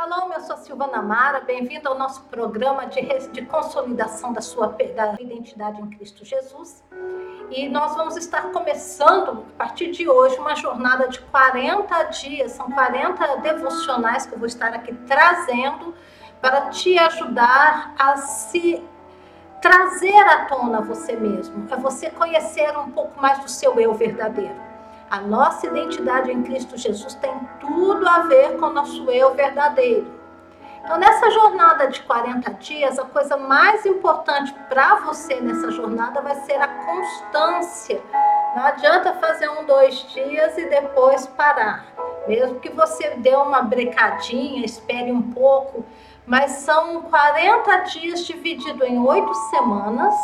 Shalom, eu sou a Silvana Mara, bem-vindo ao nosso programa de consolidação da identidade em Cristo Jesus. E nós vamos estar começando, a partir de hoje, uma jornada de 40 dias, são 40 devocionais que eu vou estar aqui trazendo para te ajudar a se trazer à tona você mesmo, a você conhecer um pouco mais do seu eu verdadeiro. A nossa identidade em Cristo Jesus tem tudo a ver com o nosso eu verdadeiro. Então, nessa jornada de 40 dias, a coisa mais importante para você nessa jornada vai ser a constância. Não adianta fazer 2 dias e depois parar. Mesmo que você dê uma brecadinha, espere um pouco, mas são 40 dias dividido em 8 semanas.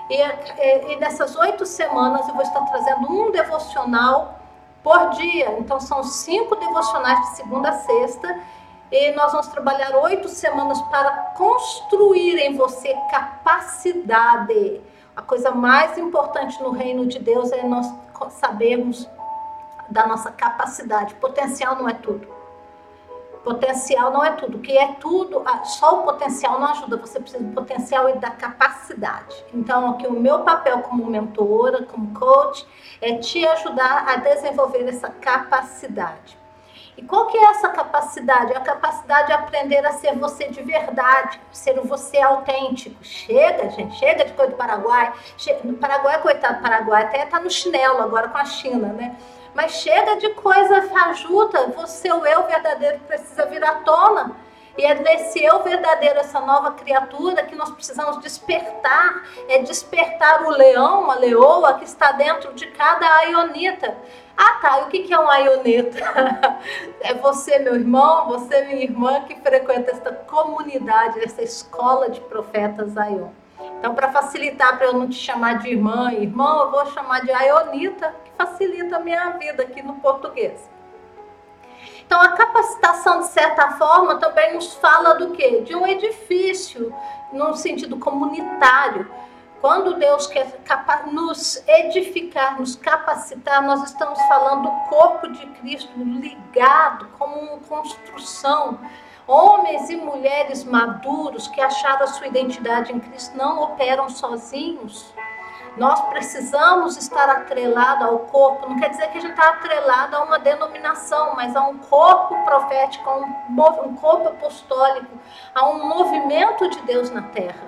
E nessas 8 semanas eu vou estar trazendo um devocional por dia. Então são 5 devocionais de segunda a sexta. E nós vamos trabalhar 8 semanas para construir em você capacidade. A coisa mais importante no reino de Deus é nós sabermos da nossa capacidade. Potencial não é tudo. Potencial não é tudo. O que é tudo, só o potencial não ajuda. Você precisa do potencial e da capacidade. Então, aqui o meu papel como mentora, como coach, é te ajudar a desenvolver essa capacidade. E qual que é essa capacidade? A capacidade de aprender a ser você de verdade, ser o você autêntico. Chega, gente, chega de coisa do Paraguai. No Paraguai, coitado do Paraguai, até tá no chinelo agora com a China, né? Mas chega de coisa fajuta, você, o eu verdadeiro, precisa vir à tona. E é nesse eu verdadeiro, essa nova criatura, que nós precisamos despertar. É despertar o leão, a leoa que está dentro de cada aionita. Ah, tá, e o que é um aionita? É você, meu irmão, você, minha irmã, que frequenta esta comunidade, essa escola de profetas Aion. Então, para facilitar, para eu não te chamar de irmã, irmão, eu vou chamar de aionita, que facilita a minha vida aqui no português. Então, a capacitação, de certa forma, também nos fala do quê? De um edifício, no sentido comunitário. Quando Deus quer nos edificar, nos capacitar, nós estamos falando do corpo de Cristo ligado como uma construção. Homens e mulheres maduros que acharam a sua identidade em Cristo não operam sozinhos. Nós precisamos estar atrelados ao corpo. Não quer dizer que a gente está atrelado a uma denominação, mas a um corpo profético, a um corpo apostólico, a um movimento de Deus na terra.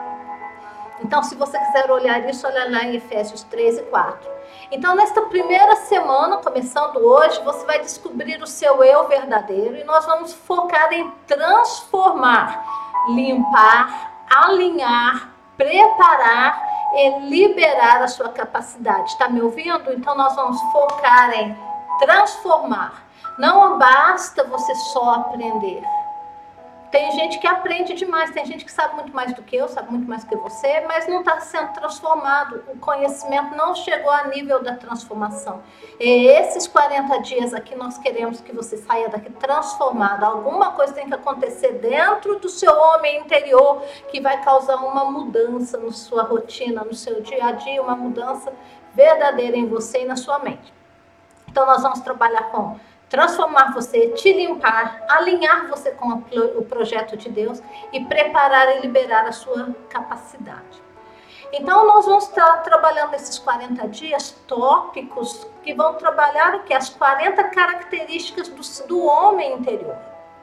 Então, se você quiser olhar isso, olha lá em Efésios 3 e 4. Então, nesta primeira semana, começando hoje, você vai descobrir o seu eu verdadeiro e nós vamos focar em transformar, limpar, alinhar, preparar e liberar a sua capacidade. Está me ouvindo? Então, nós vamos focar em transformar. Não basta você só aprender. Tem gente que aprende demais, tem gente que sabe muito mais do que eu, sabe muito mais do que você, mas não está sendo transformado. O conhecimento não chegou a nível da transformação. E esses 40 dias aqui nós queremos que você saia daqui transformado. Alguma coisa tem que acontecer dentro do seu homem interior que vai causar uma mudança na sua rotina, no seu dia a dia, uma mudança verdadeira em você e na sua mente. Então nós vamos trabalhar com transformar você, te limpar, alinhar você com o projeto de Deus e preparar e liberar a sua capacidade. Então, nós vamos estar trabalhando esses 40 dias tópicos que vão trabalhar o que? As 40 características do homem interior.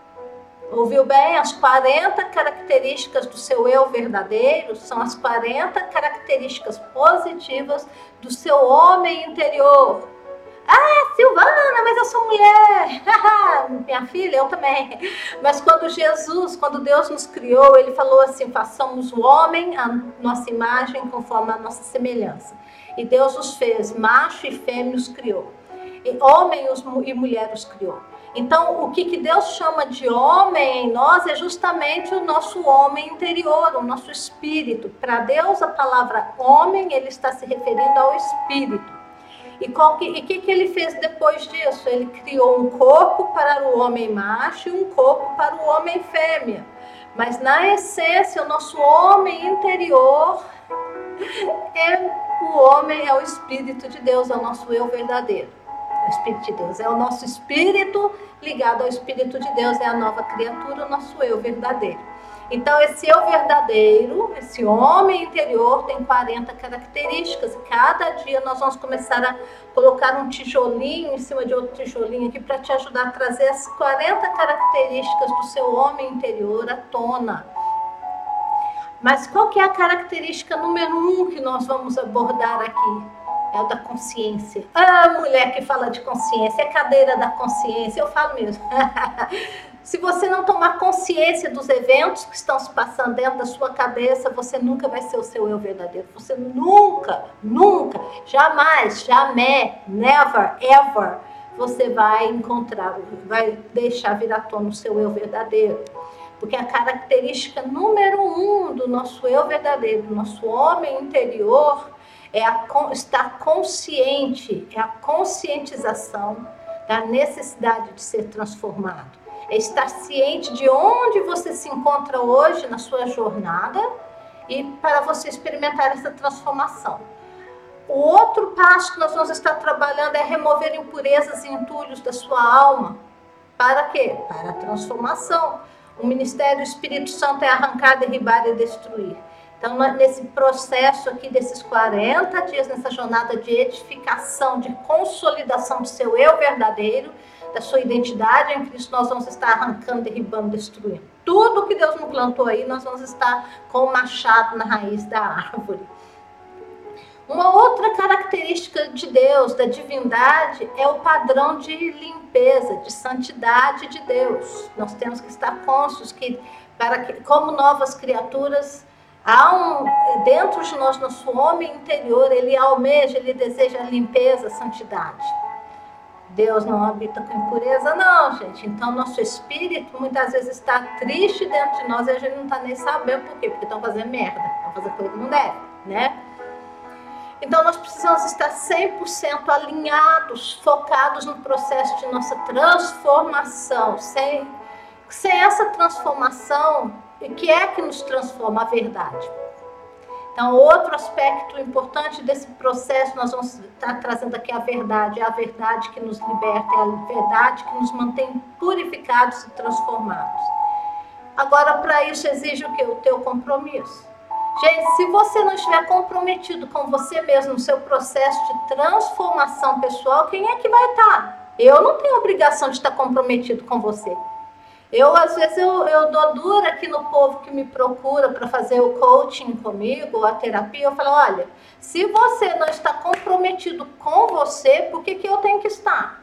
Ouviu bem? As 40 características do seu eu verdadeiro são as 40 características positivas do seu homem interior. Ah, Silvana, mas eu sou mulher. Minha filha, eu também. Mas quando Deus nos criou, Ele falou assim, façamos o homem a nossa imagem conforme a nossa semelhança. E Deus os fez, macho e fêmea os criou. E homem e mulher os criou. Então, o que Deus chama de homem em nós é justamente o nosso homem interior, o nosso espírito. Para Deus, a palavra homem, Ele está se referindo ao espírito. E o que ele fez depois disso? Ele criou um corpo para o homem macho e um corpo para o homem fêmea. Mas na essência, o nosso homem interior é o homem, é o Espírito de Deus, é o nosso eu verdadeiro. o Espírito de Deus. É o nosso espírito ligado ao Espírito de Deus, é a nova criatura, o nosso eu verdadeiro. Então, esse eu verdadeiro, esse homem interior, tem 40 características. Cada dia nós vamos começar a colocar um tijolinho em cima de outro tijolinho aqui para te ajudar a trazer as 40 características do seu homem interior à tona. Mas qual que é a característica número 1 que nós vamos abordar aqui? É o da consciência. Ah, mulher que fala de consciência, é cadeira da consciência, eu falo mesmo. Se você não tomar consciência dos eventos que estão se passando dentro da sua cabeça, você nunca vai ser o seu eu verdadeiro. Você nunca, jamais, never, ever, você vai encontrar, vai deixar vir à tona o seu eu verdadeiro. Porque a característica número 1 do nosso eu verdadeiro, do nosso homem interior, é estar consciente, é a conscientização da necessidade de ser transformado. É estar ciente de onde você se encontra hoje na sua jornada e para você experimentar essa transformação. O outro passo que nós vamos estar trabalhando é remover impurezas e entulhos da sua alma. Para quê? Para a transformação. O ministério do Espírito Santo é arrancar, derribar e destruir. Então, nesse processo aqui desses 40 dias, nessa jornada de edificação, de consolidação do seu eu verdadeiro, da sua identidade em Cristo, nós vamos estar arrancando, derribando, destruindo. Tudo que Deus nos plantou aí, nós vamos estar com o machado na raiz da árvore. Uma outra característica de Deus, da divindade, é o padrão de limpeza, de santidade de Deus. Nós temos que estar conscientes que, como novas criaturas, dentro de nós, nosso homem interior, ele almeja, ele deseja limpeza, santidade. Deus não habita com impureza, não, gente. Então, nosso espírito muitas vezes está triste dentro de nós e a gente não está nem sabendo por quê. Porque estão fazendo merda, estão fazendo coisa que não deve, né? Então, nós precisamos estar 100% alinhados, focados no processo de nossa transformação. Sem essa transformação, o que é que nos transforma? A verdade. Então, outro aspecto importante desse processo, nós vamos estar trazendo aqui a verdade. É a verdade que nos liberta, é a verdade que nos mantém purificados e transformados. Agora, para isso, exige o quê? O teu compromisso. Gente, se você não estiver comprometido com você mesmo no seu processo de transformação pessoal, quem é que vai estar? Eu não tenho obrigação de estar comprometido com você. Às vezes, eu dou dura aqui no povo que me procura para fazer o coaching comigo, ou a terapia. Eu falo, olha, se você não está comprometido com você, por que eu tenho que estar?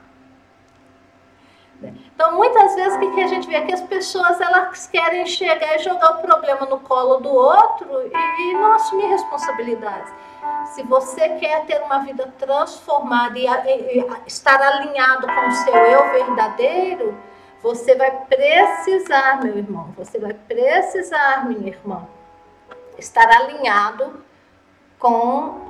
Então, muitas vezes, o que a gente vê é que as pessoas elas querem chegar e jogar o problema no colo do outro e não assumir responsabilidades. Se você quer ter uma vida transformada e estar alinhado com o seu eu verdadeiro, você vai precisar, meu irmão, você vai precisar, minha irmã, estar alinhado com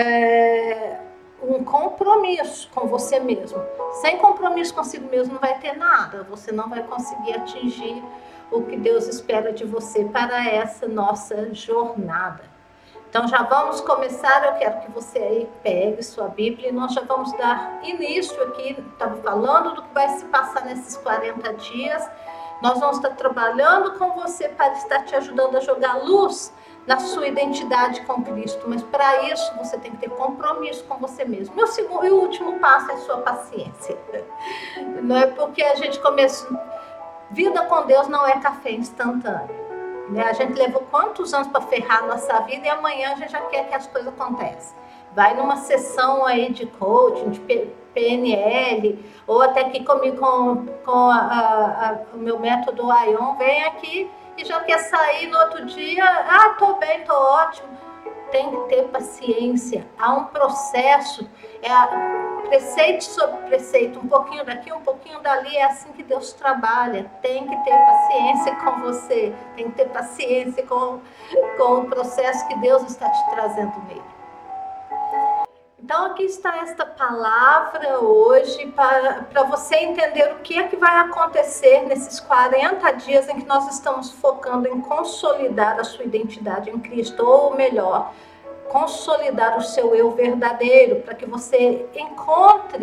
um compromisso com você mesmo. Sem compromisso consigo mesmo não vai ter nada. Você não vai conseguir atingir o que Deus espera de você para essa nossa jornada. Então já vamos começar, eu quero que você aí pegue sua Bíblia e nós já vamos dar início aqui, estava falando do que vai se passar nesses 40 dias. Nós vamos estar trabalhando com você para estar te ajudando a jogar luz na sua identidade com Cristo, mas para isso você tem que ter compromisso com você mesmo. E o último passo é a sua paciência. Não é porque a gente começa... Vida com Deus não é café instantâneo. A gente levou quantos anos para ferrar a nossa vida e amanhã a gente já quer que as coisas aconteçam. Vai numa sessão aí de coaching, de PNL, ou até aqui comigo com o meu método Ion, vem aqui e já quer sair no outro dia, tô bem, tô ótimo. Tem que ter paciência, há um processo, preceito sobre preceito, um pouquinho daqui, um pouquinho dali, é assim que Deus trabalha. Tem que ter paciência com você, tem que ter paciência com o processo que Deus está te trazendo nele. Então aqui está esta palavra hoje para você entender o que é que vai acontecer nesses 40 dias em que nós estamos focando em consolidar a sua identidade em Cristo, ou melhor, consolidar o seu eu verdadeiro, para que você encontre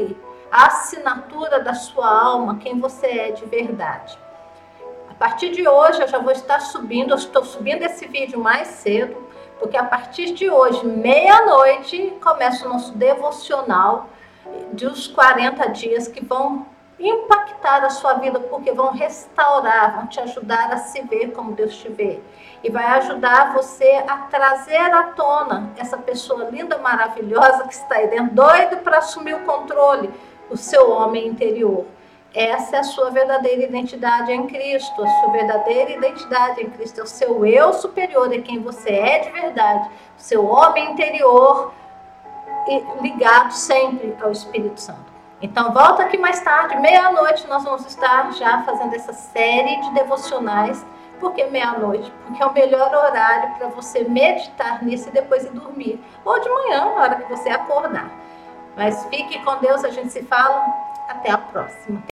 a assinatura da sua alma, quem você é de verdade. A partir de hoje eu já vou estar subindo, eu estou subindo esse vídeo mais cedo, porque a partir de hoje, meia-noite, começa o nosso devocional dos 40 dias que vão impactar a sua vida, porque vão restaurar, vão te ajudar a se ver como Deus te vê. E vai ajudar você a trazer à tona essa pessoa linda, maravilhosa que está aí dentro, doido para assumir o controle, o seu homem interior. Essa é a sua verdadeira identidade em Cristo. A sua verdadeira identidade em Cristo é o seu eu superior, é quem você é de verdade, o seu homem interior, ligado sempre ao Espírito Santo. Então volta aqui mais tarde, meia-noite, nós vamos estar já fazendo essa série de devocionais. Por que meia-noite? Porque é o melhor horário para você meditar nisso e depois ir dormir. Ou de manhã, na hora que você acordar. Mas fique com Deus, a gente se fala. Até a próxima.